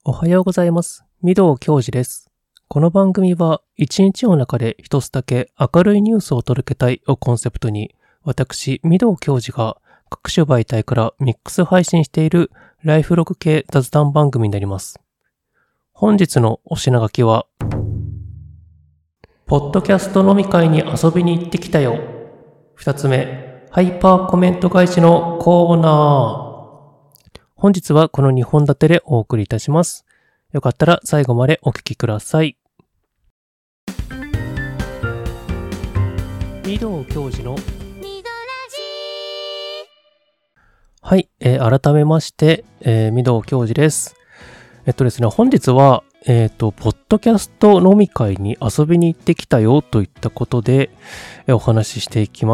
おはようございます。御堂教授です。この番組は一日の中で一つだけ明るいニュースを届けたいをコンセプトに、私、御堂教授が各種媒体からミックス配信しているライフログ系雑談番組になります。本日のお品書きは、ポッドキャスト飲み会に遊びに行ってきたよ。二つ目、ハイパーコメント返しのコーナー。本日はこの2本立てでお送りいたします。よかったら最後までお聞きください。御堂教授のはい、改めまして、御堂教授です。ですね、本日は、ポッドキャスト飲み会に遊びに行ってきたよといったことで、お話ししていきます。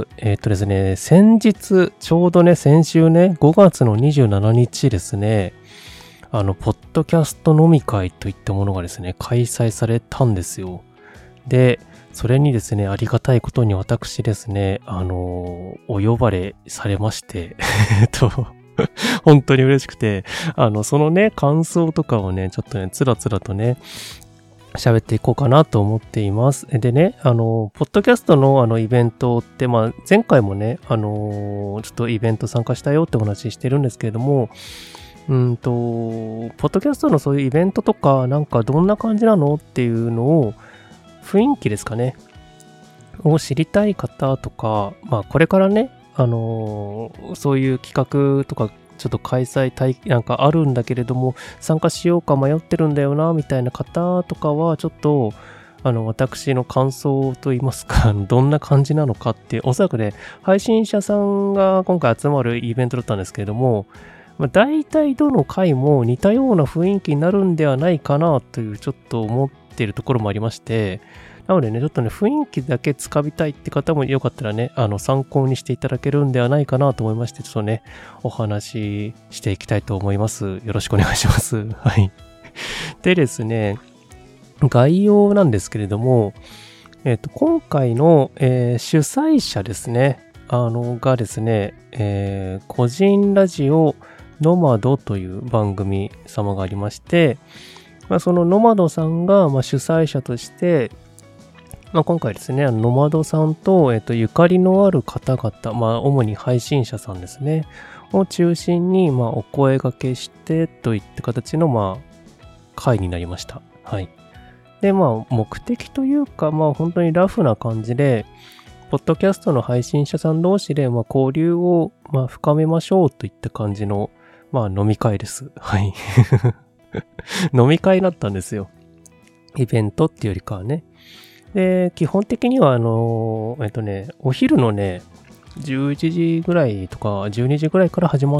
ですね、先日、ちょうどね、先週ね、5月の27日ですね、ポッドキャスト飲み会といったものがですね、開催されたんですよ。で、それにですね、ありがたいことに私ですね、お呼ばれされまして、本当に嬉しくて、そのね、感想とかをね、ちょっとね、つらつらとね、喋っていこうかなと思っています。でね、ポッドキャストのイベントって、まあ、前回もね、ちょっとイベント参加したよってお話ししてるんですけれども、ポッドキャストのそういうイベントとか、なんかどんな感じなのっていうのを、雰囲気ですかね、を知りたい方とか、まあ、これからね、そういう企画とかちょっと開催なんかあるんだけれども参加しようか迷ってるんだよなみたいな方とかはちょっと私の感想といいますかどんな感じなのかっておそらくね配信者さんが今回集まるイベントだったんですけれども、大体どの回も似たような雰囲気になるんではないかなというちょっと思っているところもありまして、なのでね、ちょっとね、雰囲気だけつかみたいって方もよかったらね、参考にしていただけるんではないかなと思いまして、ちょっとね、お話ししていきたいと思います。よろしくお願いします。はい。でですね、概要なんですけれども、今回の、主催者ですね、がですね、個人ラジオノマドという番組様がありまして、そのノマドさんが、主催者として、今回ですね、ノマドさんと、ゆかりのある方々、主に配信者さんですね、を中心に、お声掛けしてといった形の、会になりました。はい。で、目的というか、本当にラフな感じで、ポッドキャストの配信者さん同士で、交流を、深めましょうといった感じの、飲み会です。はい。飲み会だったんですよ。イベントっていうよりかはね。で、基本的にはお昼のね、11時ぐらいとか12時ぐらいから始まって、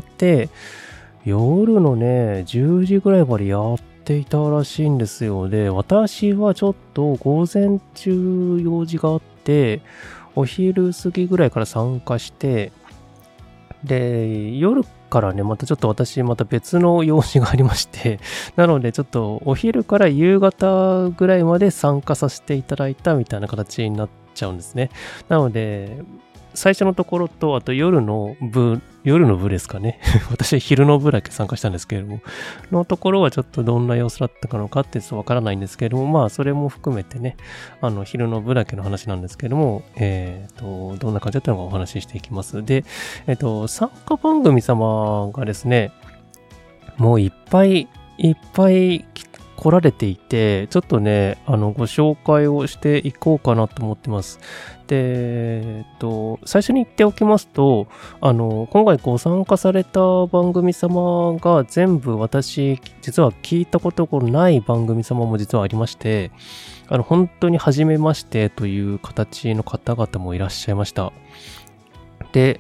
夜のね、10時ぐらいまでやっていたらしいんですよ。で、私はちょっと午前中用事があって、お昼過ぎぐらいから参加して、で、夜からね、また私別の用事がありまして、なのでちょっとお昼から夕方ぐらいまで参加させていただいたみたいな形になっちゃうんですね。なので、最初のところと、あと夜の部ですかね。私は昼の部だけ参加したんですけれども、のところはちょっとどんな様子だったのかってちょっとわからないんですけれども、それも含めてね、昼の部だけの話なんですけれども、どんな感じだったのかお話ししていきます。で、参加番組様がですね、もういっぱい来られていて、ちょっとね、ご紹介をしていこうかなと思ってます。で、最初に言っておきますと、今回ご参加された番組様が全部私、実は聞いたことのない番組様も実はありまして、本当に初めましてという形の方々もいらっしゃいました。で、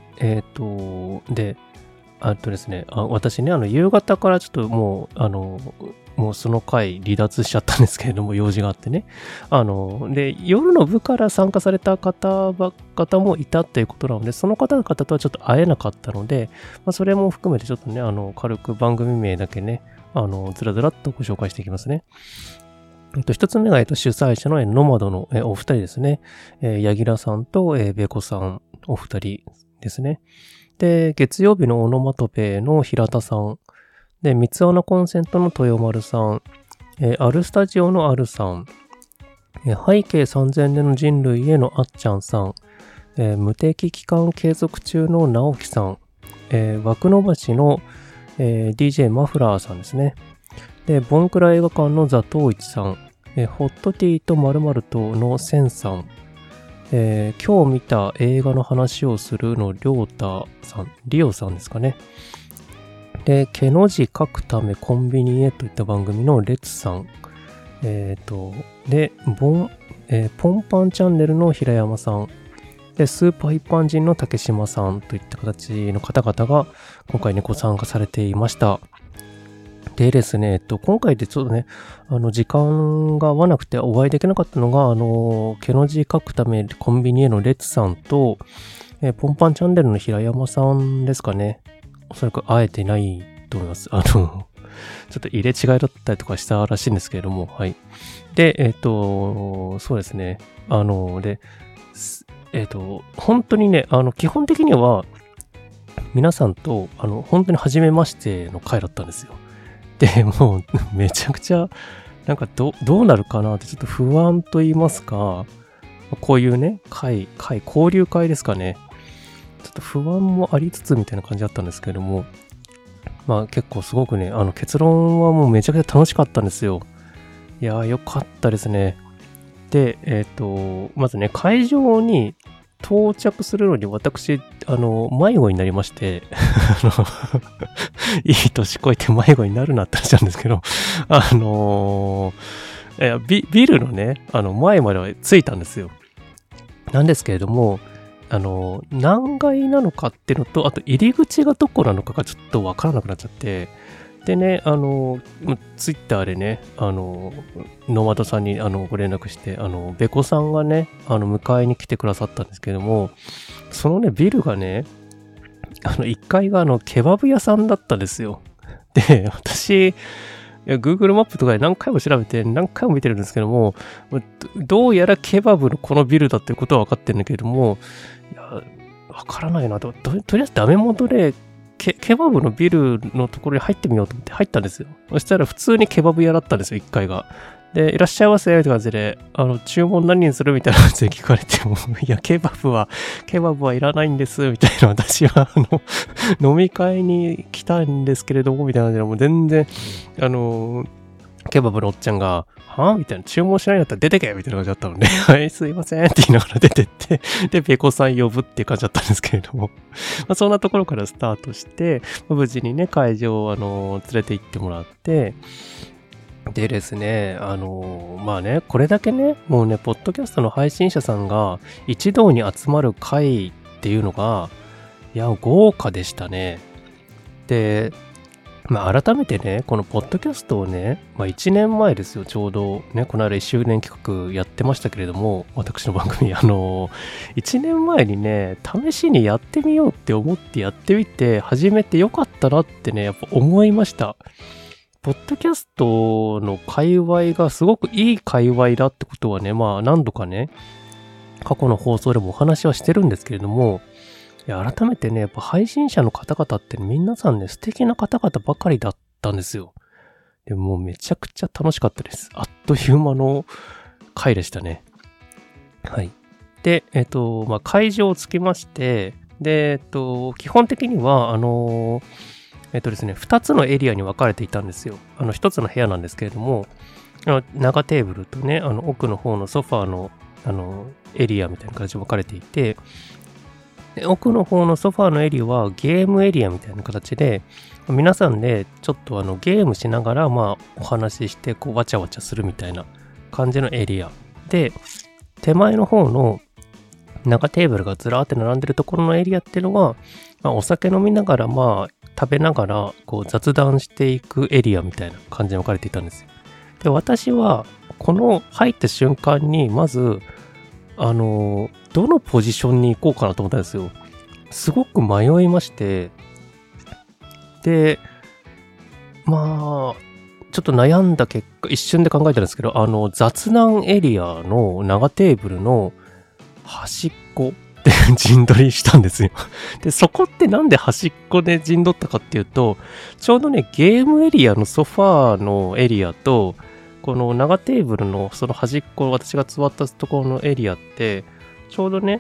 ですね、私ね、夕方からちょっともうその回離脱しちゃったんですけれども、用事があってね。で、夜の部から参加された方もいたということなので、その方々とはちょっと会えなかったので、それも含めてちょっとね、軽く番組名だけね、ずらずらっとご紹介していきますね。一つ目が、主催者のノマドのお二人ですね。柳楽さんとベコさんお二人ですね。で、月曜日のオノマトペの平田さんで、三つ穴コンセントの豊丸さん、アルスタジオのアルさん、背景3000年の人類へのあっちゃんさん、無敵期間継続中の直樹さん、枠伸ばしの、DJ マフラーさんですね。で、ボンクラ映画館のザトウイチさん、ホットティーと〇〇とのセンさん、今日見た映画の話をするのりょうたさん、リオさんですかね。で、毛の字書くためコンビニへといった番組のレツさん、で、ポンパンチャンネルの平山さん、で、スーパー一般人の竹島さんといった形の方々が今回ね、ご参加されていました。でですね、今回でちょっとね、時間が合わなくてお会いできなかったのが、毛の字書くためコンビニへのレツさんと、ポンパンチャンネルの平山さんですかね。おそらく会えてないと思います。ちょっと入れ違いだったりとかしたらしいんですけれども、はい。で、そうですね。本当にね、基本的には、皆さんと、本当に初めましての回だったんですよ。で、もう、めちゃくちゃ、なんかどうなるかなってちょっと不安と言いますか、こういうね、交流会ですかね。ちょっと不安もありつつみたいな感じだったんですけれども、まあ結構すごくね、結論はもうめちゃくちゃ楽しかったんですよ。いやー、よかったですね。で、まずね、会場に到着するのに私、迷子になりまして、いい年こいて迷子になるなって話なんですけど、ビルのね、前までは着いたんですよ。なんですけれども、何階なのかっていうのと、あと入り口がどこなのかがちょっとわからなくなっちゃって、でね、ツイッターでね、ノマドさんにご連絡して、ベコさんがね、迎えに来てくださったんですけども、そのね、ビルがね、1階がケバブ屋さんだったんですよ。で、私、Google マップとかで何回も調べて何回も見てるんですけども、どうやらケバブのこのビルだっていうことは分かってるんだけれども、いや、分からないなとりあえずダメ元でケバブのビルのところに入ってみようと思って入ったんですよ。そしたら普通にケバブ屋だったんですよ、1階が。で、いらっしゃいませ、みたいな感じで、注文何にするみたいな感じで聞かれても、いや、ケバブはいらないんです、みたいな、私は、飲み会に来たんですけれども、みたいな感じで、もう全然、ケバブのおっちゃんが、みたいな、注文しないんだったら出てけみたいな感じだったので、はい、すいませんって言いながら出てって、で、ペコさん呼ぶっていう感じだったんですけれども、そんなところからスタートして、無事にね、会場を連れて行ってもらって、でですね、まあね、これだけね、もうね、ポッドキャストの配信者さんが一堂に集まる会っていうのが、いや、豪華でしたね。で、まあ改めてね、このポッドキャストをね、まあ1年前ですよ、ちょうどね、この間1周年企画やってましたけれども、私の番組、1年前にね、試しにやってみようって思ってやってみて、始めてよかったなってね、やっぱ思いました。ポッドキャストの界隈がすごくいい界隈だってことはね、まあ何度かね、過去の放送でもお話はしてるんですけれども、いや改めてね、やっぱ配信者の方々って皆さんね、素敵な方々ばかりだったんですよ。でもうめちゃくちゃ楽しかったです。あっという間の回でしたね。はい。で、まあ会場をつきまして、で、基本的には、ですね、2つのエリアに分かれていたんですよ。1つの部屋なんですけれども、長テーブルとね、奥の方のソファーの、エリアみたいな感じで分かれていて、で奥の方のソファーのエリアはゲームエリアみたいな形で、皆さんでちょっとゲームしながら、まあ、お話しして、こう、わちゃわちゃするみたいな感じのエリア。で、手前の方の長テーブルがずらーって並んでるところのエリアっていうのは、まあ、お酒飲みながら、まあ、食べながらこう雑談していくエリアみたいな感じに分かれていたんですよ。で、私はこの入った瞬間にまずどのポジションに行こうかなと思ったんですよ。すごく迷いまして、で、まあちょっと悩んだ結果一瞬で考えたんですけど、雑談エリアの長テーブルの端っこって陣取りしたんですよ。で、そこってなんで端っこで陣取ったかっていうと、ちょうどね、ゲームエリアのソファーのエリアと、この長テーブルのその端っこ、私が座ったところのエリアって、ちょうどね、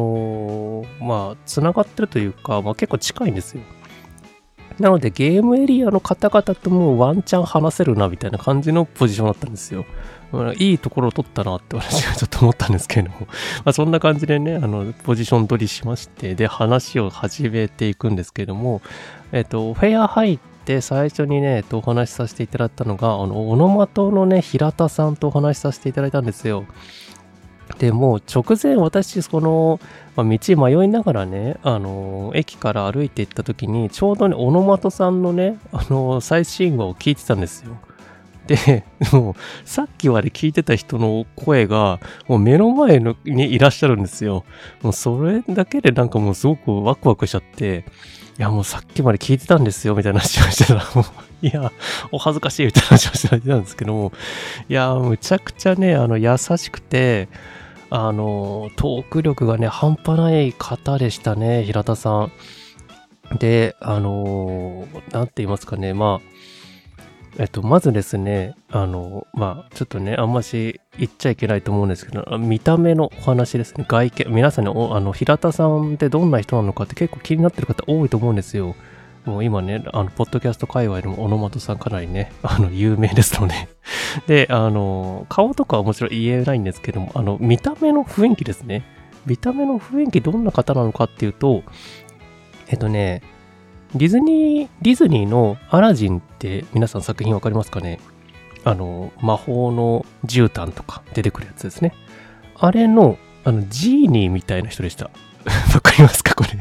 繋がってるというか、結構近いんですよ。なので、ゲームエリアの方々ともワンチャン話せるな、みたいな感じのポジションだったんですよ。いいところを取ったなって私はちょっと思ったんですけれども、そんな感じでね、ポジション取りしまして、で、話を始めていくんですけれども、フェア入って最初にね、お話しさせていただいたのが、オノマトのね、平田さんとお話しさせていただいたんですよ。で、もう直前私、道迷いながらね、駅から歩いて行った時に、ちょうどね、オノマトさんのね、最新話を聞いてたんですよ。で、もう、さっきまで聞いてた人の声が、もう目の前にいらっしゃるんですよ。もうそれだけでなんかもうすごくワクワクしちゃって、いやもうさっきまで聞いてたんですよ、みたいな話をしてたら、もう、いや、お恥ずかしいみたいな話をしてたんですけども、いや、むちゃくちゃね、優しくて、トーク力がね、半端ない方でしたね、平田さん。で、なんて言いますかね、まずですね、ちょっとね、あんまし言っちゃいけないと思うんですけど、見た目のお話ですね、外見、皆さんね、平田さんってどんな人なのかって結構気になってる方多いと思うんですよ。もう今ね、ポッドキャスト界隈でもオノマトさんかなりね、有名ですので。で、顔とかはもちろん言えないんですけども、見た目の雰囲気ですね。見た目の雰囲気どんな方なのかっていうと、ディズニーのアラジンって皆さん作品わかりますかね？魔法の絨毯とか出てくるやつですね。あれの、ジーニーみたいな人でした。わかりますかこれ。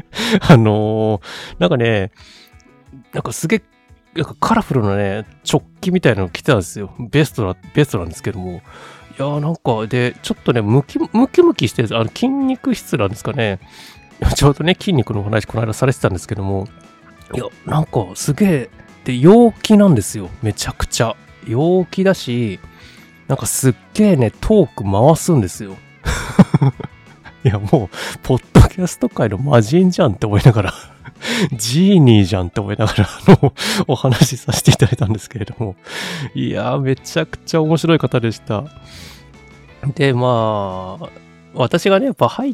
なんかね、なんかすげえ、なんかカラフルなね、チョッキみたいなの着てたんですよ。ベストなんですけども。いやーなんか、で、ちょっとね、ムキムキしてる、筋肉質なんですかね。ちょうどね、筋肉の話この間されてたんですけども、いや、なんかすげえ、で、陽気なんですよ。めちゃくちゃ。陽気だし、なんかすっげえね、トーク回すんですよ。いや、もう、ポッドキャスト界の魔人じゃんって思いながら、ジーニーじゃんって思いながら、お話しさせていただいたんですけれども、いやー、めちゃくちゃ面白い方でした。で、私がね、やっぱ入って、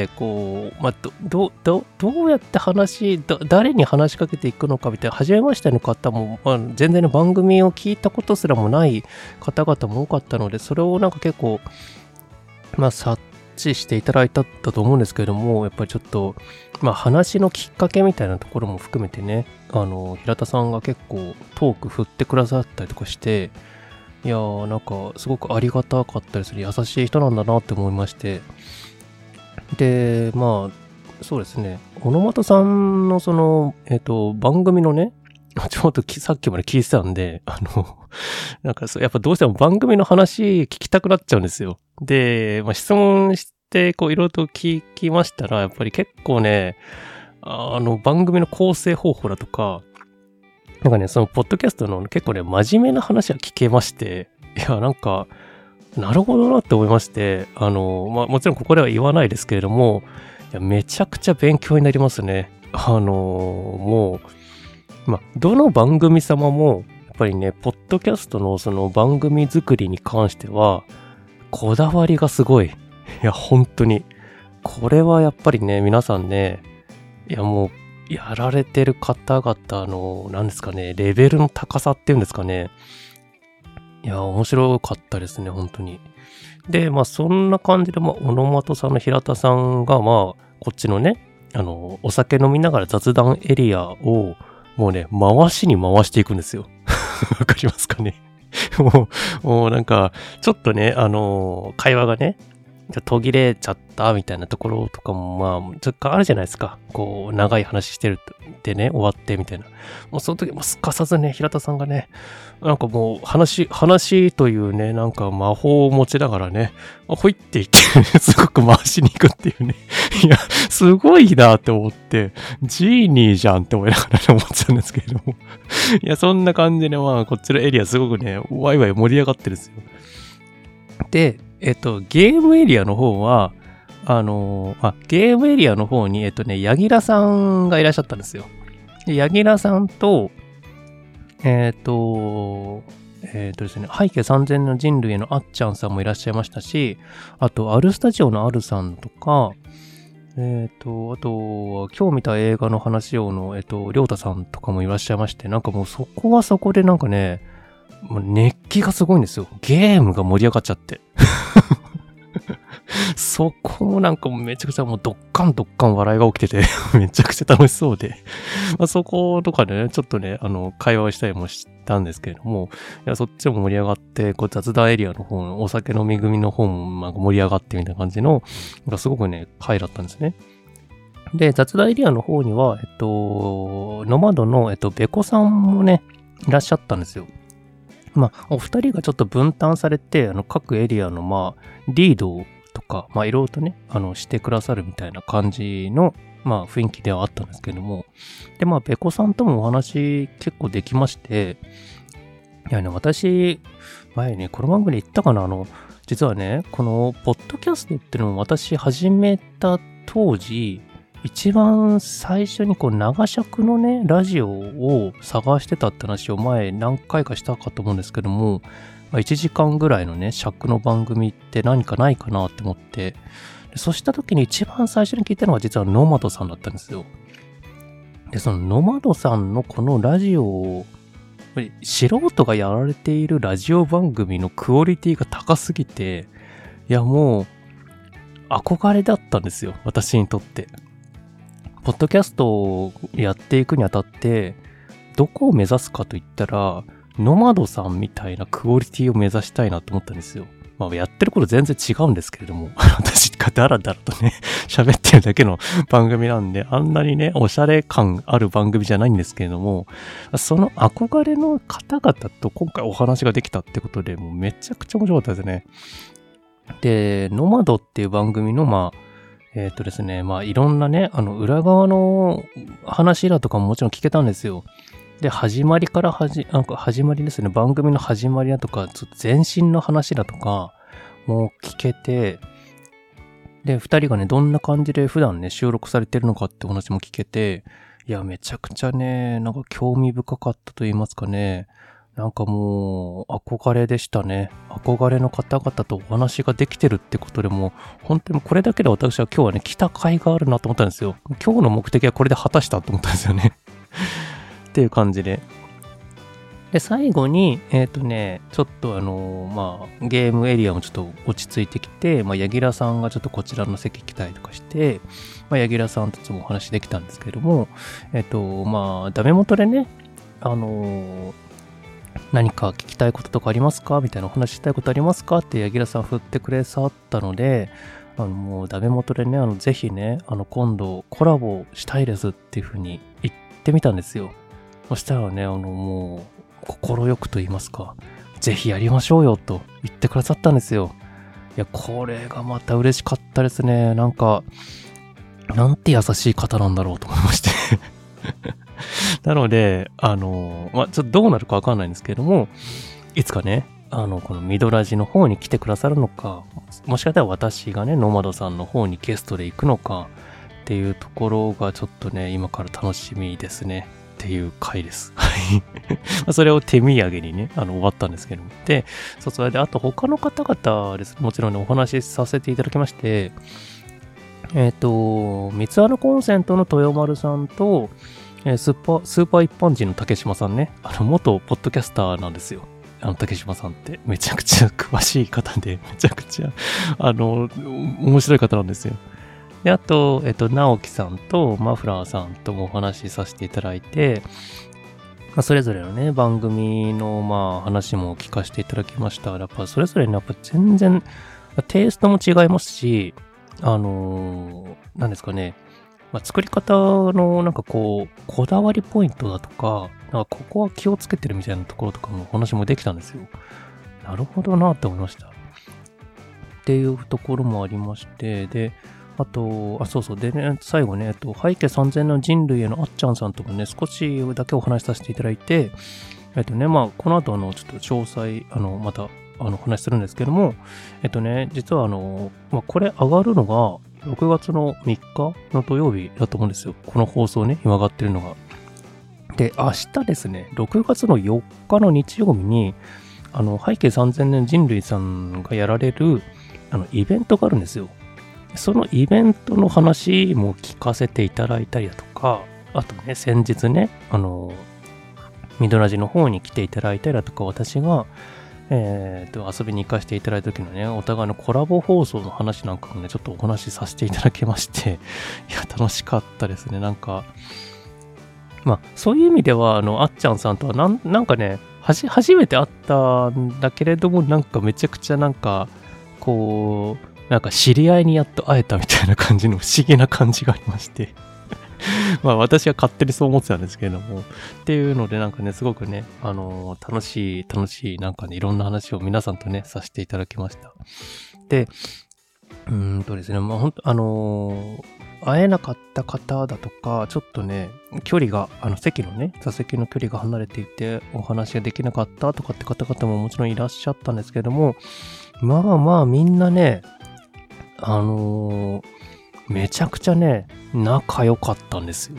こう、どうやって誰に話しかけていくのかみたいな、初めましての方も、全然の番組を聞いたことすらもない方々も多かったので、それをなんか結構、察知していただいたと思うんですけれども、やっぱりちょっと、話のきっかけみたいなところも含めてね、平田さんが結構トーク振ってくださったりとかして、いやーなんかすごくありがたかったですね。優しい人なんだなって思いまして。で、そうですね。オノマトさんのその、番組のね、ちょうどさっきまで聞いてたんで、なんかやっぱどうしても番組の話聞きたくなっちゃうんですよ。で、質問して、こういろいろと聞きましたら、やっぱり結構ね、番組の構成方法だとか、なんかね、そのポッドキャストの結構ね、真面目な話は聞けまして、いや、なんか、なるほどなって思いまして、もちろんここでは言わないですけれども、いやめちゃくちゃ勉強になりますね。もう、どの番組様も、やっぱりね、ポッドキャストのその番組作りに関しては、こだわりがすごい。いや、本当に。これはやっぱりね、皆さんね、いやもう、やられてる方々の、なんですかね、レベルの高さっていうんですかね。いや、面白かったですね、本当に。で、そんな感じで、オノマトさんの平田さんが、こっちのね、お酒飲みながら雑談エリアを、もうね、回していくんですよ。わかりますかね。もうなんか、ちょっとね、会話がね、途切れちゃったみたいなところとかも若干あるじゃないですか。こう長い話してるってね終わってみたいな。もうその時すかさずね平田さんがねなんかもう話というねなんか魔法を持ちながらねほいっていってすごく回しに行くっていうねいやすごいなって思ってジーニーじゃんって思いながら思っちゃうんですけれどもいやそんな感じでこっちのエリアすごくねワイワイ盛り上がってるんですよ。でゲームエリアの方は、 ゲームエリアの方に、柳楽さんがいらっしゃったんですよ。で、柳楽さんと、ですね、背景3000の人類へのあっちゃんさんもいらっしゃいましたし、あと、アルスタジオのアルさんとか、あとは、今日見た映画の話をの、りょうたさんとかもいらっしゃいまして、なんかもうそこはそこでなんかね、もう熱気がすごいんですよ。ゲームが盛り上がっちゃって。そこもなんかもうめちゃくちゃもうドッカン笑いが起きててめちゃくちゃ楽しそうでそことかでね、ちょっとね、会話をしたりもしたんですけれども、いや、そっちも盛り上がって、こう雑談エリアの方のお酒飲み組の方もまあ盛り上がってみたいな感じの、なんかすごくね、回だったんですね。で、雑談エリアの方には、ノマドの、ベコさんもね、いらっしゃったんですよ。まあ、お二人がちょっと分担されて、各エリアの、まあ、リードとか、まあ、いろいろとね、してくださるみたいな感じの、まあ、雰囲気ではあったんですけども。で、まあ、ベコさんともお話結構できまして、いやね、私、前ね、この番組で言ったかな、実はね、この、ポッドキャストっていうのも私始めた当時、一番最初にこう長尺のね、ラジオを探してたって話を前何回かしたかと思うんですけども、1時間ぐらいのね、尺の番組って何かないかなって思って、そうした時に一番最初に聞いたのが実はノマドさんだったんですよ。で、そのノマドさんのこのラジオを、素人がやられているラジオ番組のクオリティが高すぎて、いやもう、憧れだったんですよ、私にとって。ポッドキャストをやっていくにあたって、どこを目指すかといったら、ノマドさんみたいなクオリティを目指したいなと思ったんですよ。まあ、やってること全然違うんですけれども、私がダラダラとね、喋ってるだけの番組なんで、あんなにね、おしゃれ感ある番組じゃないんですけれども、その憧れの方々と今回お話ができたってことで、もうめちゃくちゃ面白かったですね。で、ノマドっていう番組の、まあ、ですね、まあいろんなね、裏側の話だとかももちろん聞けたんですよ。で、始まりですね、番組の始まりだとか、ちょっと前身の話だとか、もう聞けて、で、二人がね、どんな感じで普段ね、収録されてるのかってお話も聞けて、いや、めちゃくちゃね、なんか興味深かったと言いますかね、なんかもう、憧れでしたね。憧れの方々とお話ができてるってことでも、本当にこれだけで私は今日はね、来た甲斐があるなと思ったんですよ。今日の目的はこれで果たしたと思ったんですよね。っていう感じで。で、最後に、ちょっとまあ、ゲームエリアもちょっと落ち着いてきて、まあ、柳楽さんがちょっとこちらの席来たりとかして、まあ、柳楽さんともお話できたんですけれども、まあ、ダメ元でね、何か聞きたいこととかありますかみたいなお話したいことありますかって柳楽さん振ってくれさったので、もうダメ元でね、ぜひね、今度コラボしたいですっていうふうに言ってみたんですよ。そしたらね、もう、快くと言いますか、ぜひやりましょうよと言ってくださったんですよ。いや、これがまた嬉しかったですね。なんか、なんて優しい方なんだろうと思いましてなので、まあ、ちょっとどうなるかわかんないんですけれども、いつかね、このミドラジの方に来てくださるのか、もしかしたら私がね、ノマドさんの方にゲストで行くのかっていうところがちょっとね、今から楽しみですね。っていう回です。はい。それを手土産にね、終わったんですけども。で、それで、あと他の方々です。もちろんね、お話しさせていただきまして、三つ穴コンセントの豊丸さんと、スーパー一般人の竹島さんね、元ポッドキャスターなんですよ。竹島さんってめちゃくちゃ詳しい方で、めちゃくちゃ、面白い方なんですよ。で、あと、直樹さんとマフラーさんともお話しさせていただいて、まあ、それぞれのね、番組の、まあ、話も聞かせていただきました。やっぱ、それぞれね、やっぱ全然、テイストも違いますし、なんですかね、まあ、作り方のなんかこう、こだわりポイントだとか、なんかここは気をつけてるみたいなところとかのお話もできたんですよ。なるほどなって思いました。っていうところもありまして、で、あと、そうそう。でね、最後ね、背景3000の人類へのあっちゃんさんともね、少しだけお話しさせていただいて、まあ、この後ちょっと詳細、また、お話しするんですけども、実はまあ、これ上がるのが、 6月の3日の土曜日だと思うんですよ。この放送ね、今上がってるのが。で、明日ですね、6月の4日の日曜日に、背景3000年人類さんがやられる、イベントがあるんですよ。そのイベントの話も聞かせていただいたりだとか、あとね、先日ね、ミドラジの方に来ていただいたりだとか、私が、遊びに行かせていただいた時のね、お互いのコラボ放送の話なんかもね、ちょっとお話しさせていただきまして、いや、楽しかったですね。なんか、まあ、そういう意味では、あっちゃんさんとはなんかね、初めて会ったんだけれども、なんかめちゃくちゃなんか、こう、なんか知り合いにやっと会えたみたいな感じの不思議な感じがありましてまあ私は勝手にそう思ってたんですけれども、っていうのでなんかね、すごくね、楽しい、なんかね、いろんな話を皆さんとね、させていただきました。で、ですね、まあ本当会えなかった方だとか、ちょっとね、距離が、席のね、座席の距離が離れていて、お話ができなかったとかって方々ももちろんいらっしゃったんですけれども、まあまあみんなね、めちゃくちゃね、仲良かったんですよ。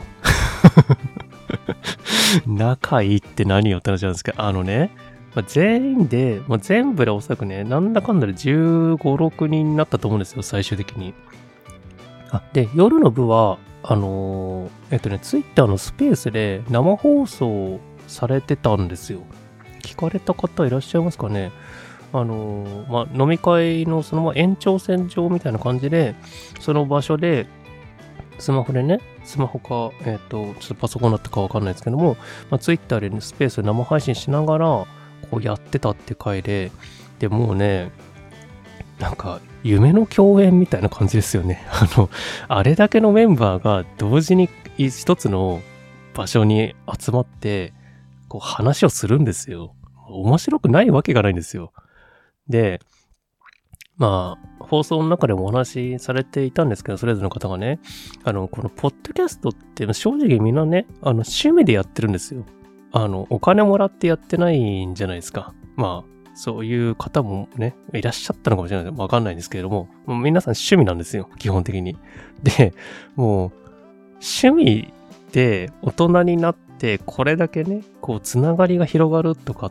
仲いいって何よって話なんですけど、全員で、全部でおそらくね、なんだかんだで15、6人になったと思うんですよ、最終的に。で、夜の部は、ツイッターのスペースで生放送されてたんですよ。聞かれた方いらっしゃいますかね？飲み会のそのまま延長線上みたいな感じで、その場所で、スマホか、ちょっとパソコンだったかわかんないですけども、ツイッターで、ね、スペースで生配信しながら、こうやってたって回で、で、もうね、なんか、夢の共演みたいな感じですよね。あれだけのメンバーが同時に一つの場所に集まって、こう話をするんですよ。面白くないわけがないんですよ。で、まあ、放送の中でもお話しされていたんですけど、それぞれの方がね、このポッドキャストって正直みんなね、趣味でやってるんですよ。お金もらってやってないんじゃないですか。まあ、そういう方もね、いらっしゃったのかもしれない。わかんないんですけれども、もう皆さん趣味なんですよ、基本的に。で、もう、趣味で大人になって、これだけね、こう、つながりが広がるとかって、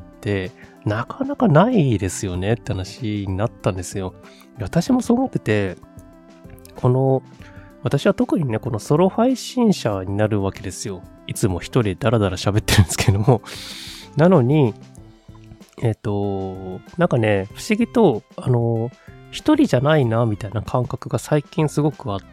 なかなかないですよねって話になったんですよ。私もそう思ってて、私は特にね、このソロ配信者になるわけですよ。いつも一人でダラダラ喋ってるんですけども。なのに、なんかね、不思議と、一人じゃないな、みたいな感覚が最近すごくあって、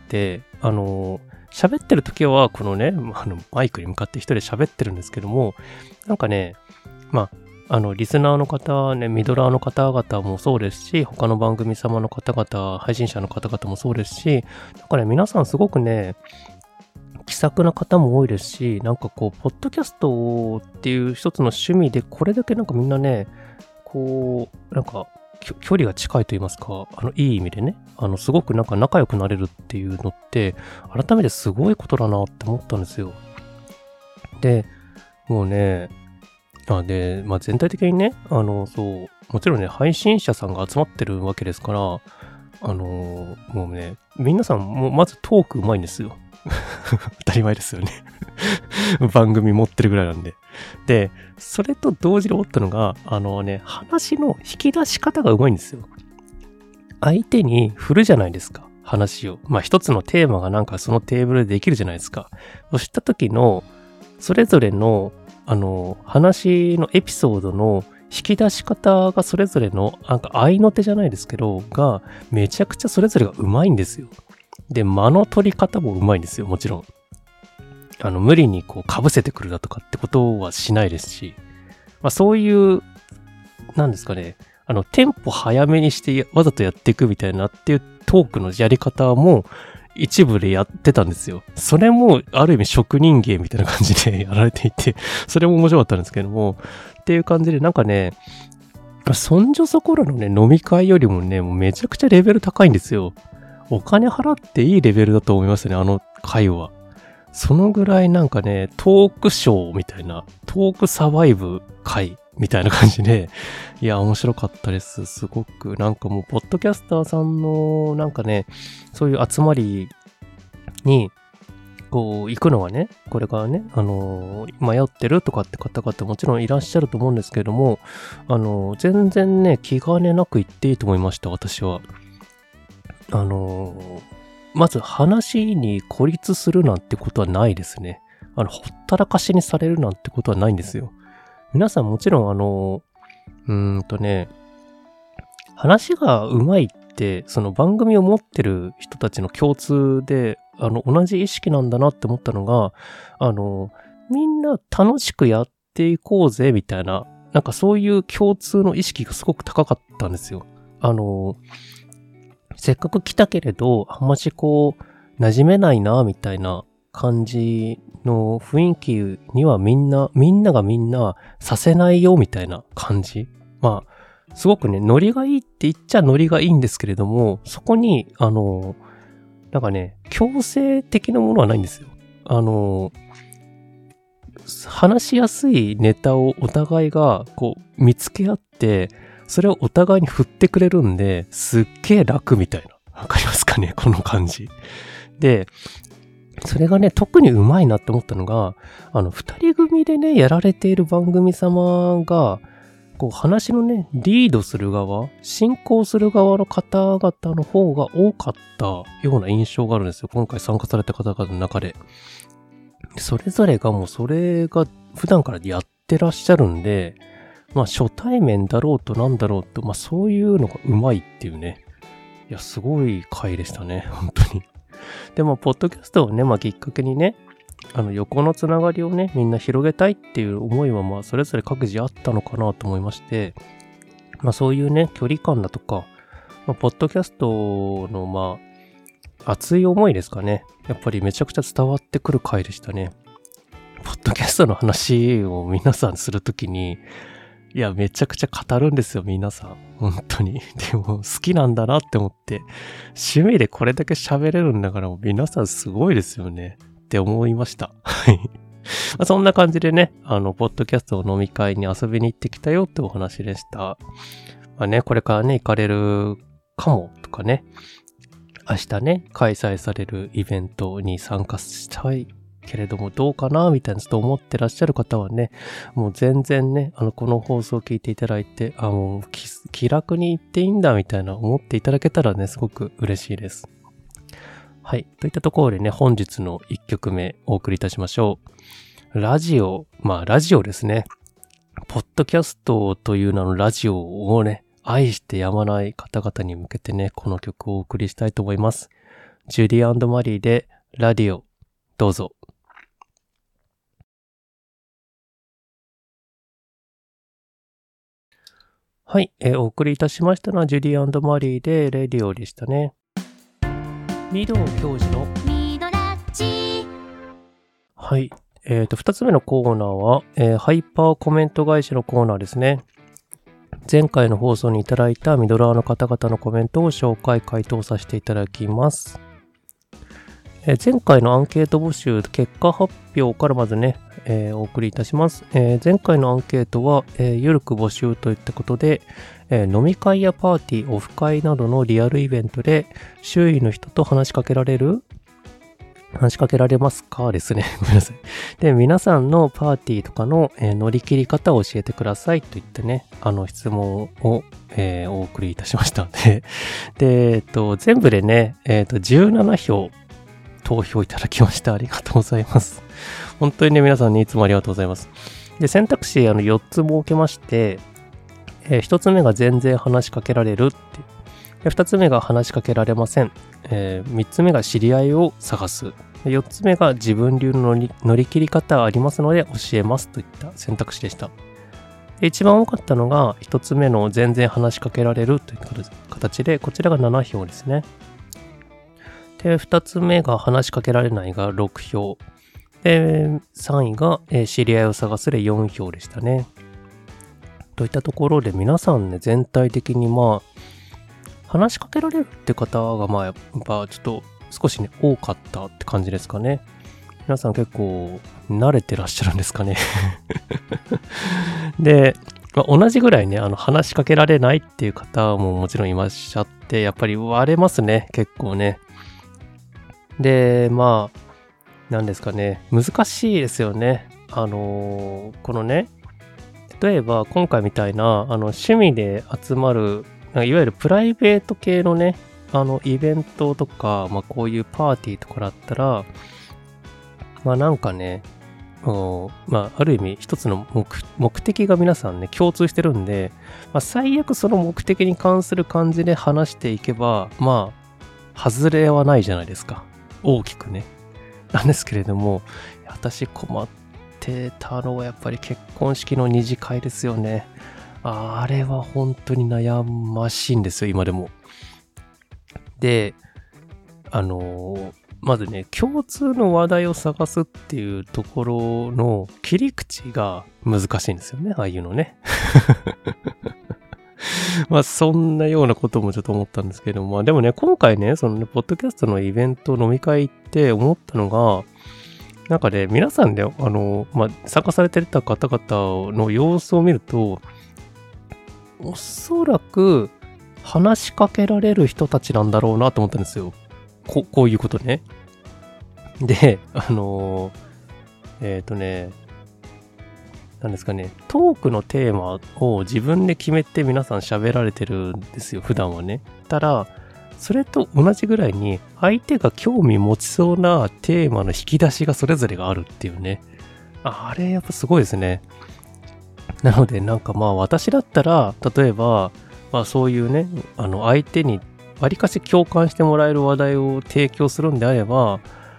喋ってる時は、このね、マイクに向かって一人で喋ってるんですけども、なんかね、リスナーの方ね、ミドラーの方々もそうですし、他の番組様の方々、配信者の方々もそうですし、なんかね、皆さんすごくね、気さくな方も多いですし、なんかこう、ポッドキャストっていう一つの趣味で、これだけなんかみんなね、こう、なんか、距離が近いと言いますか、いい意味でね、すごくなんか仲良くなれるっていうのって、改めてすごいことだなって思ったんですよ。で、もうね、全体的にね、もちろんね、配信者さんが集まってるわけですから、もうね、皆さんもまずトーク上手いんですよ。当たり前ですよね。番組持ってるぐらいなんで。で、それと同時に思ったのが、話の引き出し方が上手いんですよ。相手に振るじゃないですか、話を。一つのテーマがなんかそのテーブルでできるじゃないですか。そうした時の、それぞれの話のエピソードの引き出し方がそれぞれの、なんか合いの手じゃないですけど、が、めちゃくちゃそれぞれが上手いんですよ。で、間の取り方も上手いんですよ、もちろん。無理にこう被せてくるだとかってことはしないですし、そういう、なんですかね、テンポ早めにしてわざとやっていくみたいなっていうトークのやり方も一部でやってたんですよ。それもある意味職人芸みたいな感じでやられていて、それも面白かったんですけども、っていう感じでなんかね、そんじょそこらのね、飲み会よりもね、もうめちゃくちゃレベル高いんですよ。お金払っていいレベルだと思いますね、あの会は。そのぐらいなんかね、トークショーみたいな、トークサバイブ会みたいな感じで、いや、面白かったです。すごく、なんかもう、ポッドキャスターさんの、なんかね、そういう集まりに、こう、行くのはね、これからね、迷ってるとかって方々もちろんいらっしゃると思うんですけれども、全然ね、気兼ねなく行っていいと思いました、私は。まず話に孤立するなんてことはないですね。ほったらかしにされるなんてことはないんですよ。皆さんもちろん話が上手いって、その番組を持ってる人たちの共通で、同じ意識なんだなって思ったのが、みんな楽しくやっていこうぜ、みたいな、なんかそういう共通の意識がすごく高かったんですよ。せっかく来たけれど、あんましこう、馴染めないな、みたいな感じの雰囲気にはみんながみんなさせないよ、みたいな感じ。まあ、すごくね、ノリがいいって言っちゃノリがいいんですけれども、そこに、なんかね、強制的なものはないんですよ。話しやすいネタをお互いがこう見つけ合って、それをお互いに振ってくれるんで、すっげえ楽みたいな。わかりますかねこの感じ。で、それがね、特にうまいなって思ったのが、二人組でね、やられている番組様が、こう話のね、リードする側、進行する側の方々の方が多かったような印象があるんですよ。今回参加された方々の中で。それぞれがもうそれが普段からやってらっしゃるんで、まあ初対面だろうとなんだろうと、まあそういうのがうまいっていうね。いや、すごい回でしたね。本当に。でも、ポッドキャストをね、まあきっかけにね、横のつながりをね、みんな広げたいっていう思いは、まあ、それぞれ各自あったのかなと思いまして、まあ、そういうね、距離感だとか、まあ、ポッドキャストの、まあ、熱い思いですかね。やっぱりめちゃくちゃ伝わってくる回でしたね。ポッドキャストの話を皆さんするときに、いや、めちゃくちゃ語るんですよ、皆さん。本当に。でも、好きなんだなって思って、趣味でこれだけ喋れるんだから、皆さんすごいですよね。って思いました。はい。そんな感じでね、ポッドキャストの飲み会に遊びに行ってきたよってお話でした。まあね、これからね、行かれるかもとかね、明日ね、開催されるイベントに参加したいけれどもどうかなみたいなちょっと思ってらっしゃる方はね、もう全然ね、この放送を聞いていただいて、もう気楽に行っていいんだみたいな思っていただけたらね、すごく嬉しいです。はい。といったところでね、本日の1曲目お送りいたしましょう。ラジオですね。ポッドキャストという名のラジオをね、愛してやまない方々に向けてね、この曲をお送りしたいと思います。ジュディ&マリーでラディオ、どうぞ。はい。お送りいたしましたのはジュディ&マリーでレディオでしたね。御堂教授のミドラジ。はい。二つ目のコーナーは、ハイパーコメント返しのコーナーですね。前回の放送にいただいたミドラーの方々のコメントを紹介、回答させていただきます。前回のアンケート募集、結果発表からまずね、お送りいたします。前回のアンケートは、ゆるく募集といったことで、飲み会やパーティー、オフ会などのリアルイベントで周囲の人と話しかけられますかですね。ごめんなさい。で、皆さんのパーティーとかの、乗り切り方を教えてくださいといってね、質問を、お送りいたしました。で、全部でね、17票投票いただきました。ありがとうございます。本当にね、皆さんね、いつもありがとうございます。で、選択肢4つ設けまして、1つ目が全然話しかけられるって。2つ目が話しかけられません。3つ目が知り合いを探す。4つ目が自分流の乗り切り方ありますので教えますといった選択肢でした。一番多かったのが1つ目の全然話しかけられるという形で、こちらが7票ですね。で、2つ目が話しかけられないが6票。で、3位が知り合いを探すで4票でしたね。といったところで皆さんね、全体的に話しかけられるって方がやっぱちょっと少しね、多かったって感じですかね。皆さん結構慣れてらっしゃるんですかね。で、 同じぐらいね、話しかけられないっていう方ももちろんいらっしゃって、やっぱり割れますね、結構ね。で、なんですかね、難しいですよね。このね、例えば今回みたいな、趣味で集まる、いわゆるプライベート系のね、イベントとか、こういうパーティーとかだったら、なんかね、ある意味一つの目的が皆さんね、共通してるんで、最悪その目的に関する感じで話していけば、外れはないじゃないですか。大きくね。なんですけれども、私困ってたのはやっぱり結婚式の二次会ですよね。あれは本当に悩ましいんですよ、今でも。で、まずね、共通の話題を探すっていうところの切り口が難しいんですよね、ああいうのね。そんなようなこともちょっと思ったんですけども、でもね、今回ね、そのね、ポッドキャストのイベント飲み会行って思ったのが、なんかね、皆さんで、参加されてた方々の様子を見ると、おそらく話しかけられる人たちなんだろうなと思ったんですよ。こういうことね。で、なんですかね、トークのテーマを自分で決めて皆さん喋られてるんですよ、普段はね。ただ、それと同じぐらいに相手が興味持ちそうなテーマの引き出しがそれぞれがあるっていうね。あれやっぱすごいですね。なのでなんか私だったら、例えば、そういうね、相手にわりかし共感してもらえる話題を提供するんであれば、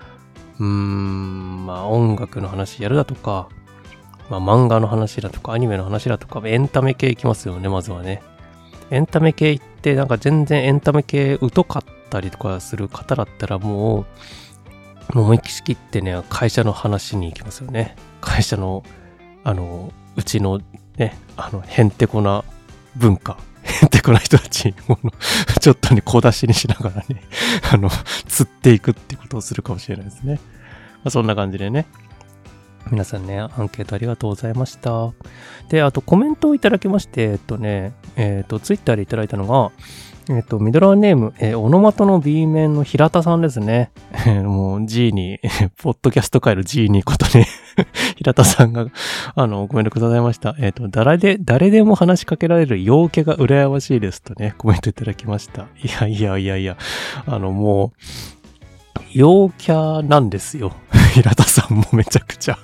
音楽の話やるだとか、漫画の話だとか、アニメの話だとか、エンタメ系いきますよね、まずはね。エンタメ系行って、なんか全然エンタメ系疎かったりとかする方だったらもう思い切ってね、会社の話に行きますよね。会社の、うちのね、へんてこな文化。へんてこな人たちをちょっとね、小出しにしながらね、釣っていくっていうことをするかもしれないですね。そんな感じでね。皆さんね、アンケートありがとうございました。で、あとコメントをいただきまして、ツイッターでいただいたのが、ミドラーネーム、オノマトの B 面の平田さんですね。もう G に、ポッドキャスト界の G にことね、平田さんが、コメントくださいました。誰でも話しかけられる陽キャが羨ましいですとね、コメントいただきました。いや、もう、陽キャなんですよ。平田さんもめちゃくちゃ。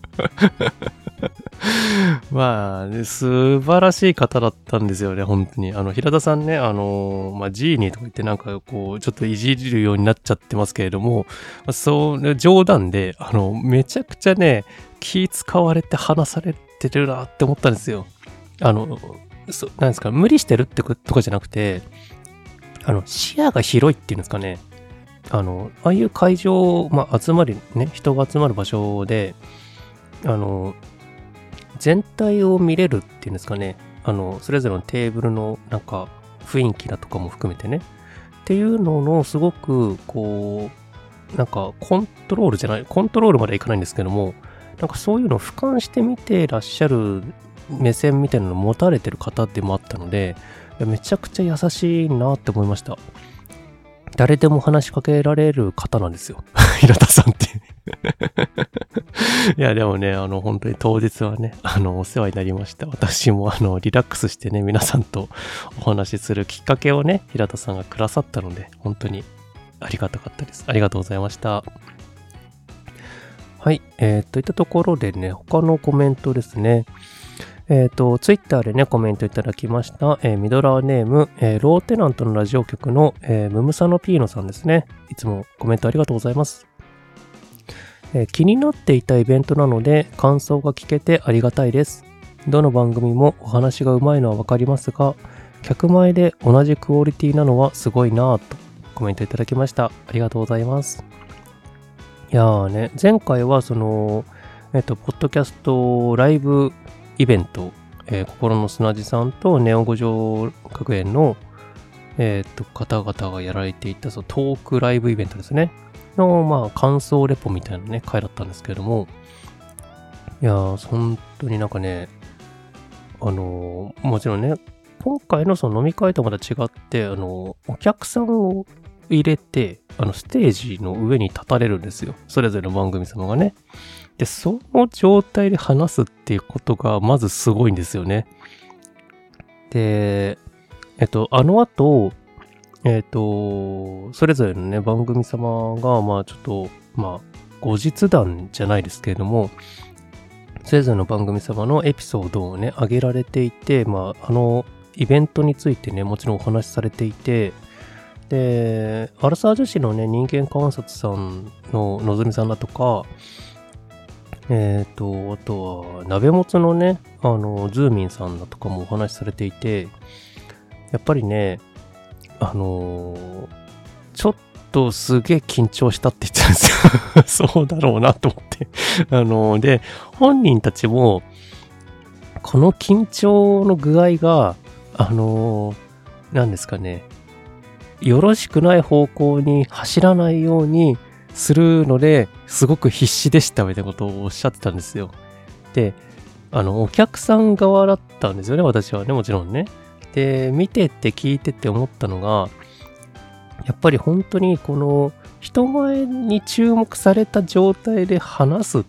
素晴らしい方だったんですよね、本当に。平田さんね、ジーニーとか言ってなんかこう、ちょっといじるようになっちゃってますけれども、冗談で、めちゃくちゃね、気使われて話されてるなって思ったんですよ。なんですか、無理してるってことかじゃなくて、視野が広いっていうんですかね。ああいう会場、集まりね、人が集まる場所で、全体を見れるっていうんですかね。それぞれのテーブルのなんか雰囲気だとかも含めてね。っていうののすごくこう、なんかコントロールまではいかないんですけども、なんかそういうのを俯瞰して見てらっしゃる目線みたいなのを持たれてる方でもあったので、めちゃくちゃ優しいなって思いました。誰でも話しかけられる方なんですよ。平田さんっていや、でもね、本当に当日はね、お世話になりました。私もリラックスしてね、皆さんとお話しするきっかけをね、平田さんがくださったので、本当にありがたかったです。ありがとうございました。はい、といったところでね、他のコメントですね。ツイッターでね、コメントいただきました、ミドラーネーム、ローテナントのラジオ局の、ムムサノピーノさんですね。いつもコメントありがとうございます。気になっていたイベントなので、感想が聞けてありがたいです。どの番組もお話がうまいのはわかりますが、客前で同じクオリティなのはすごいなぁとコメントいただきました。ありがとうございます。いやーね、前回はポッドキャストライブイベント、心の砂地さんとネオ五条学園の、方々がやられていたトークライブイベントですね。の、感想レポみたいなね、回だったんですけれども、いやー、本当になんかね、 もちろんね、今回のその飲み会とまた違って、お客さんを入れて、ステージの上に立たれるんですよ。それぞれの番組様がね。で、その状態で話すっていうことが、まずすごいんですよね。で、あの後、それぞれのね、番組様が、ちょっと、後日談じゃないですけれども、それぞれの番組様のエピソードをね、上げられていて、イベントについてね、もちろんお話しされていて、で、アラサー女子のね、人間観察さんののぞみさんだとか、あとは、鍋もつのね、ズーミンさんだとかもお話しされていて、やっぱりね、ちょっとすげえ緊張したって言ってたんですよ。そうだろうなと思って。で、本人たちも、この緊張の具合が、何ですかね、よろしくない方向に走らないようにするのですごく必死でしたみたいなことをおっしゃってたんですよ。で、お客さん側だったんですよね、私はね、もちろんね。で、見てって聞いてって思ったのが、やっぱり本当にこの人前に注目された状態で話すって、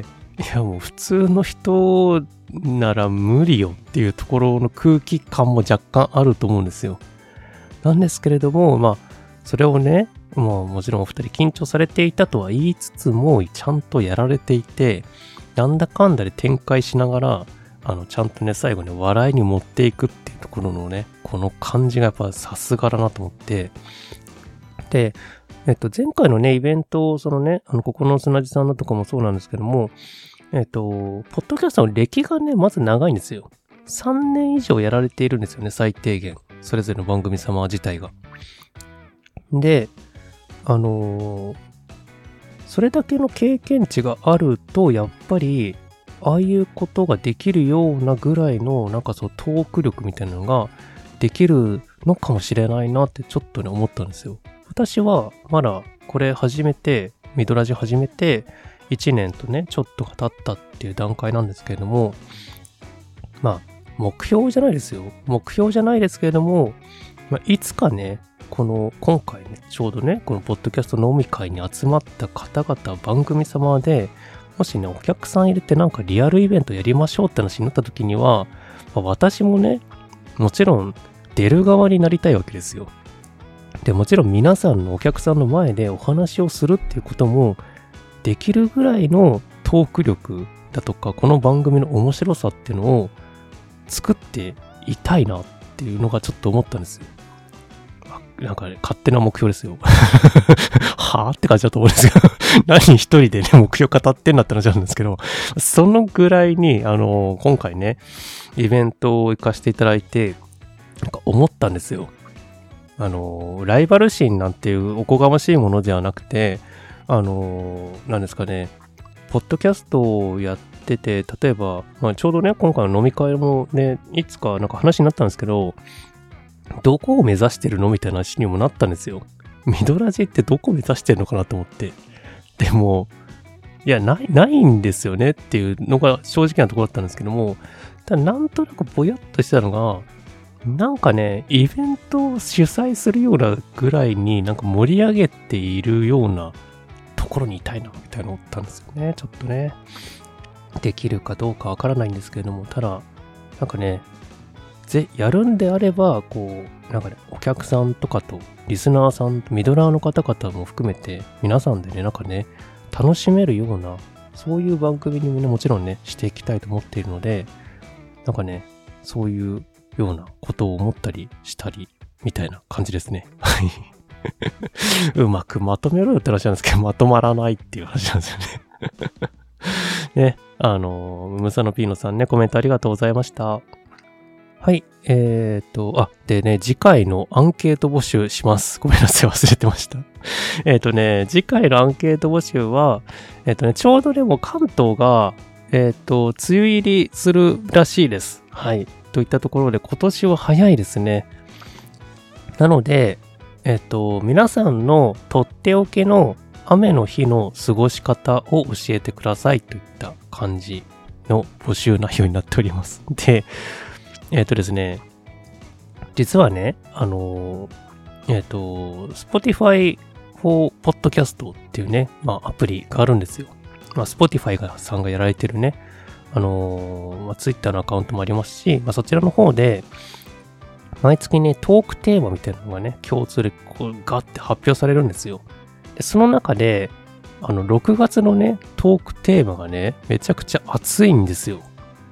いやもう普通の人なら無理よっていうところの空気感も若干あると思うんですよ。なんですけれども、それをね、もちろんお二人緊張されていたとは言いつつも、ちゃんとやられていて、なんだかんだで展開しながら、ちゃんとね、最後ね、笑いに持っていくっていうところのね、この感じがやっぱさすがだなと思って、で、前回のね、イベント、そのね、ここの砂地さんだとかもそうなんですけども、ポッドキャストの歴がね、まず長いんですよ。3年以上やられているんですよね、最低限。それぞれの番組様自体が。で、それだけの経験値があると、やっぱり、ああいうことができるようなぐらいの、トーク力みたいなのができるのかもしれないなってちょっとね、思ったんですよ。私は、まだこれ始めて、ミドラジ始めて、1年とね、ちょっとが経ったっていう段階なんですけれども、目標じゃないですよ。目標じゃないですけれども、いつかね、今回ね、ちょうどね、このポッドキャスト飲み会に集まった方々、番組様で、もしね、お客さん入れてリアルイベントやりましょうって話になった時には、私もね、もちろん出る側になりたいわけですよ。で、もちろん皆さんのお客さんの前でお話をするっていうこともできるぐらいのトーク力だとか、この番組の面白さっていうのを作っていたいなっていうのがちょっと思ったんですよ。勝手な目標ですよ。はぁって感じだと思うんですけど、何一人でね、目標語ってんだって話なんですけど、そのぐらいに、今回ね、イベントを行かせていただいて、思ったんですよ。ライバル心なんていうおこがましいものではなくて、何ですかね、ポッドキャストをやってて、例えば、ちょうどね、今回の飲み会もね、いつか話になったんですけど、どこを目指してるのみたいな話にもなったんですよ。ミドラジってどこを目指してるのかなと思って。でも、いや、ないんですよねっていうのが正直なところだったんですけども、ただなんとなくぼやっとしてたのが、イベントを主催するようなぐらいに盛り上げているようなところにいたいな、みたいなのを思ったんですよね。ちょっとね。できるかどうかわからないんですけれども、ただ、やるんであれば、お客さんとかと、リスナーさん、ミドラーの方々も含めて、皆さんでね、楽しめるような、そういう番組にもね、もちろんね、していきたいと思っているので、そういうようなことを思ったりしたり、みたいな感じですね。はい。うまくまとめろよって話なんですけど、まとまらないっていう話なんですよね。ね、ムサノピーノさんね、コメントありがとうございました。はい。でね、次回のアンケート募集します。ごめんなさい、忘れてました。次回のアンケート募集は、ちょうどでも関東が、梅雨入りするらしいです。はい。といったところで、今年は早いですね。なので、皆さんのとっておきの雨の日の過ごし方を教えてくださいといった感じの募集内容になっております。で、ですね、実はね、Spotify for Podcast っていうね、アプリがあるんですよ。Spotify さんがやられてるね、Twitter のアカウントもありますし、そちらの方で、毎月ね、トークテーマみたいなのがね、共通でこうガッて発表されるんですよ。で、その中で、6月のね、トークテーマがね、めちゃくちゃ熱いんですよ。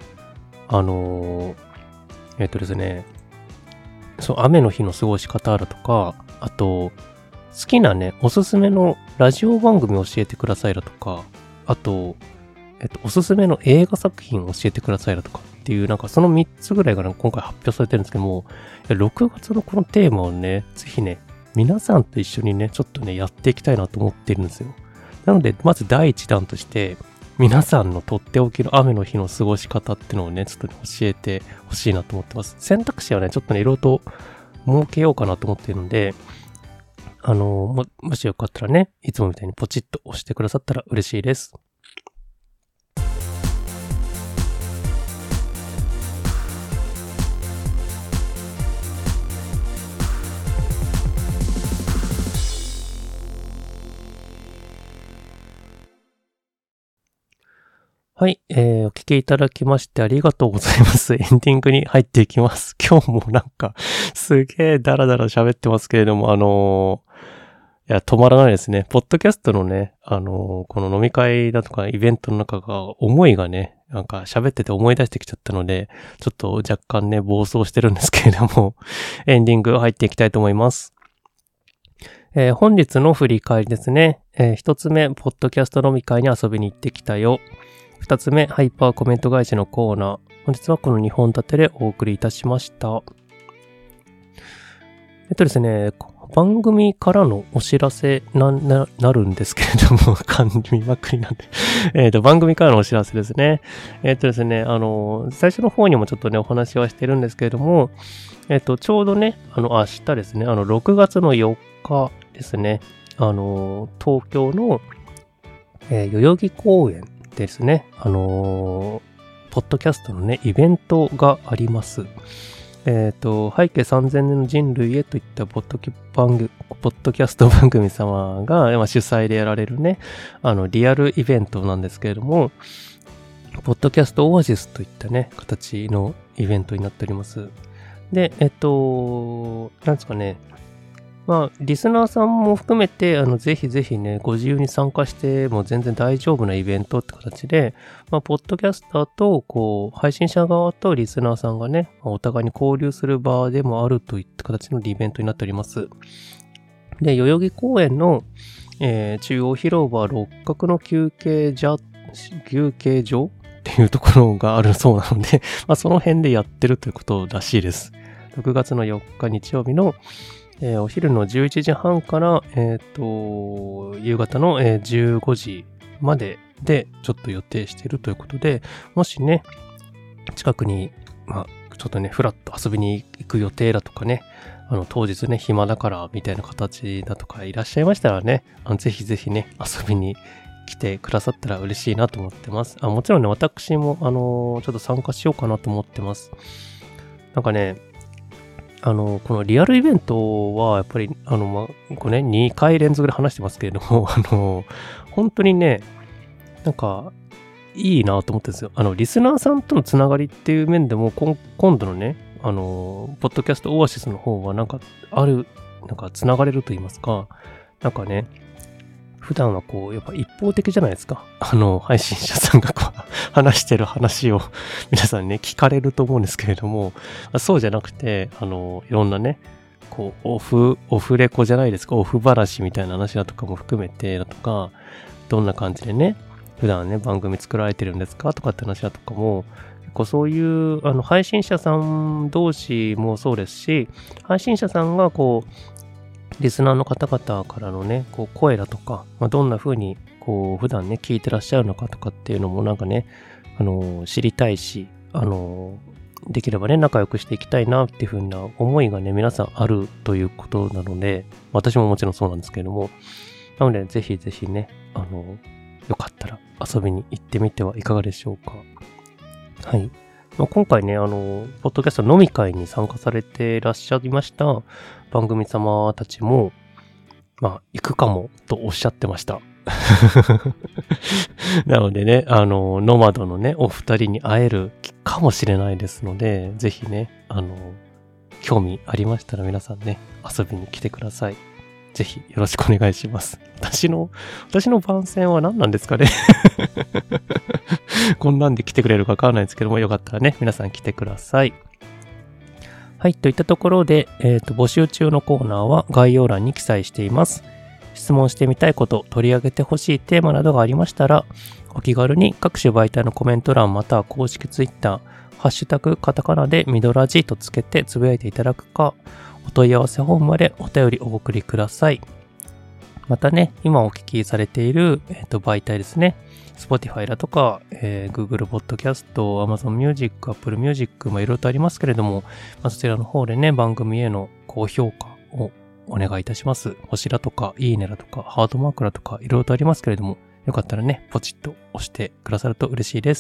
ですね、そう、雨の日の過ごし方だとか、あと、好きなね、おすすめのラジオ番組を教えてくださいだとか、あと、おすすめの映画作品を教えてくださいだとかっていう、その3つぐらいが今回発表されてるんですけども、6月のこのテーマをね、ぜひね、皆さんと一緒にね、ちょっとね、やっていきたいなと思ってるんですよ。なので、まず第一弾として、皆さんのとっておきの雨の日の過ごし方っていうのをね、ちょっと教えてほしいなと思ってます。選択肢はね、ちょっとね、いろいろと設けようかなと思っているので、もしよかったらね、いつもみたいにポチッと押してくださったら嬉しいです。はい、お聞きいただきましてありがとうございます。エンディングに入っていきます。今日もすげえダラダラ喋ってますけれども、いや、止まらないですね。ポッドキャストのね、この飲み会だとかイベントの中が、思いがね、喋ってて思い出してきちゃったので、ちょっと若干ね、暴走してるんですけれども、エンディング入っていきたいと思います。本日の振り返りですね。一つ目、ポッドキャスト飲み会に遊びに行ってきたよ。二つ目、ハイパーコメント返しのコーナー。本日はこの2本立てでお送りいたしました。ですね、番組からのお知らせなるんですけれども、噛みまくりなんで。番組からのお知らせですね。ですね、最初の方にもちょっとね、お話はしてるんですけれども、ちょうどね、明日ですね、6月の4日ですね、東京の、代々木公園ですね、ポッドキャストのね、イベントがあります。背景3000年の人類へといったポッドキャスト番組様が、主催でやられるね、リアルイベントなんですけれども、ポッドキャストオアシスといったね、形のイベントになっております。で、なんですかね、リスナーさんも含めて、ぜひぜひね、ご自由に参加しても全然大丈夫なイベントって形で、ポッドキャスターと、配信者側とリスナーさんがね、お互いに交流する場でもあるといった形のイベントになっております。で、代々木公園の、中央広場六角の休憩所っていうところがあるそうなので、その辺でやってるということらしいです。6月の4日日曜日のお昼の11時半から、夕方の、15時まででちょっと予定しているということで、もしね、近くに、ちょっとね、ふらっと遊びに行く予定だとかね、当日ね、暇だからみたいな形だとかいらっしゃいましたらね、ぜひぜひね、遊びに来てくださったら嬉しいなと思ってます。もちろんね、私も、ちょっと参加しようかなと思ってます。このリアルイベントは、やっぱり、これね、2回連続で話してますけれども、本当にね、いいなと思ってるんですよ。リスナーさんとのつながりっていう面でも、今度のね、ポッドキャストオアシスの方は、つながれると言いますか、普段はやっぱ一方的じゃないですか。配信者さんが話してる話を皆さんね、聞かれると思うんですけれども、そうじゃなくて、いろんなね、オフレコじゃないですか、オフ話みたいな話だとかも含めてだとか、どんな感じでね、普段ね、番組作られてるんですかとかって話だとかも、そういう、配信者さん同士もそうですし、配信者さんがリスナーの方々からのね、声だとか、どんな風に、普段ね、聞いてらっしゃるのかとかっていうのも知りたいし、できればね、仲良くしていきたいなっていう風な思いがね、皆さんあるということなので、私ももちろんそうなんですけれども、なので、ぜひぜひね、よかったら遊びに行ってみてはいかがでしょうか。 はい。今回ね、ポッドキャスト飲み会に参加されていらっしゃいました番組様たちも、行くかもとおっしゃってました。なのでね、ノマドのね、お二人に会えるかもしれないですので、ぜひね、興味ありましたら皆さんね、遊びに来てください。ぜひよろしくお願いします。私の番宣は何なんですかね。こんなんで来てくれるかわからないですけども、よかったらね、皆さん来てください。はい、といったところで、募集中のコーナーは概要欄に記載しています。質問してみたいこと、取り上げてほしいテーマなどがありましたら、お気軽に各種媒体のコメント欄または公式ツイッター、ハッシュタグカタカナでミドラジとつけてつぶやいていただくか、お問い合わせフォームまでお便りお送りください。またね、今お聞きされている、媒体ですね。Spotify だとか、Google Podcast、Amazon Music、Apple Music、いろいろとありますけれども、そちらの方でね、番組への高評価をお願いいたします。星だとか、いいねだとか、ハートマークだとか、いろいろとありますけれども、よかったらね、ポチッと押してくださると嬉しいです。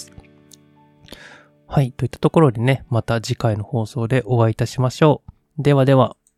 はい、といったところでね、また次回の放送でお会いいたしましょう。ではでは。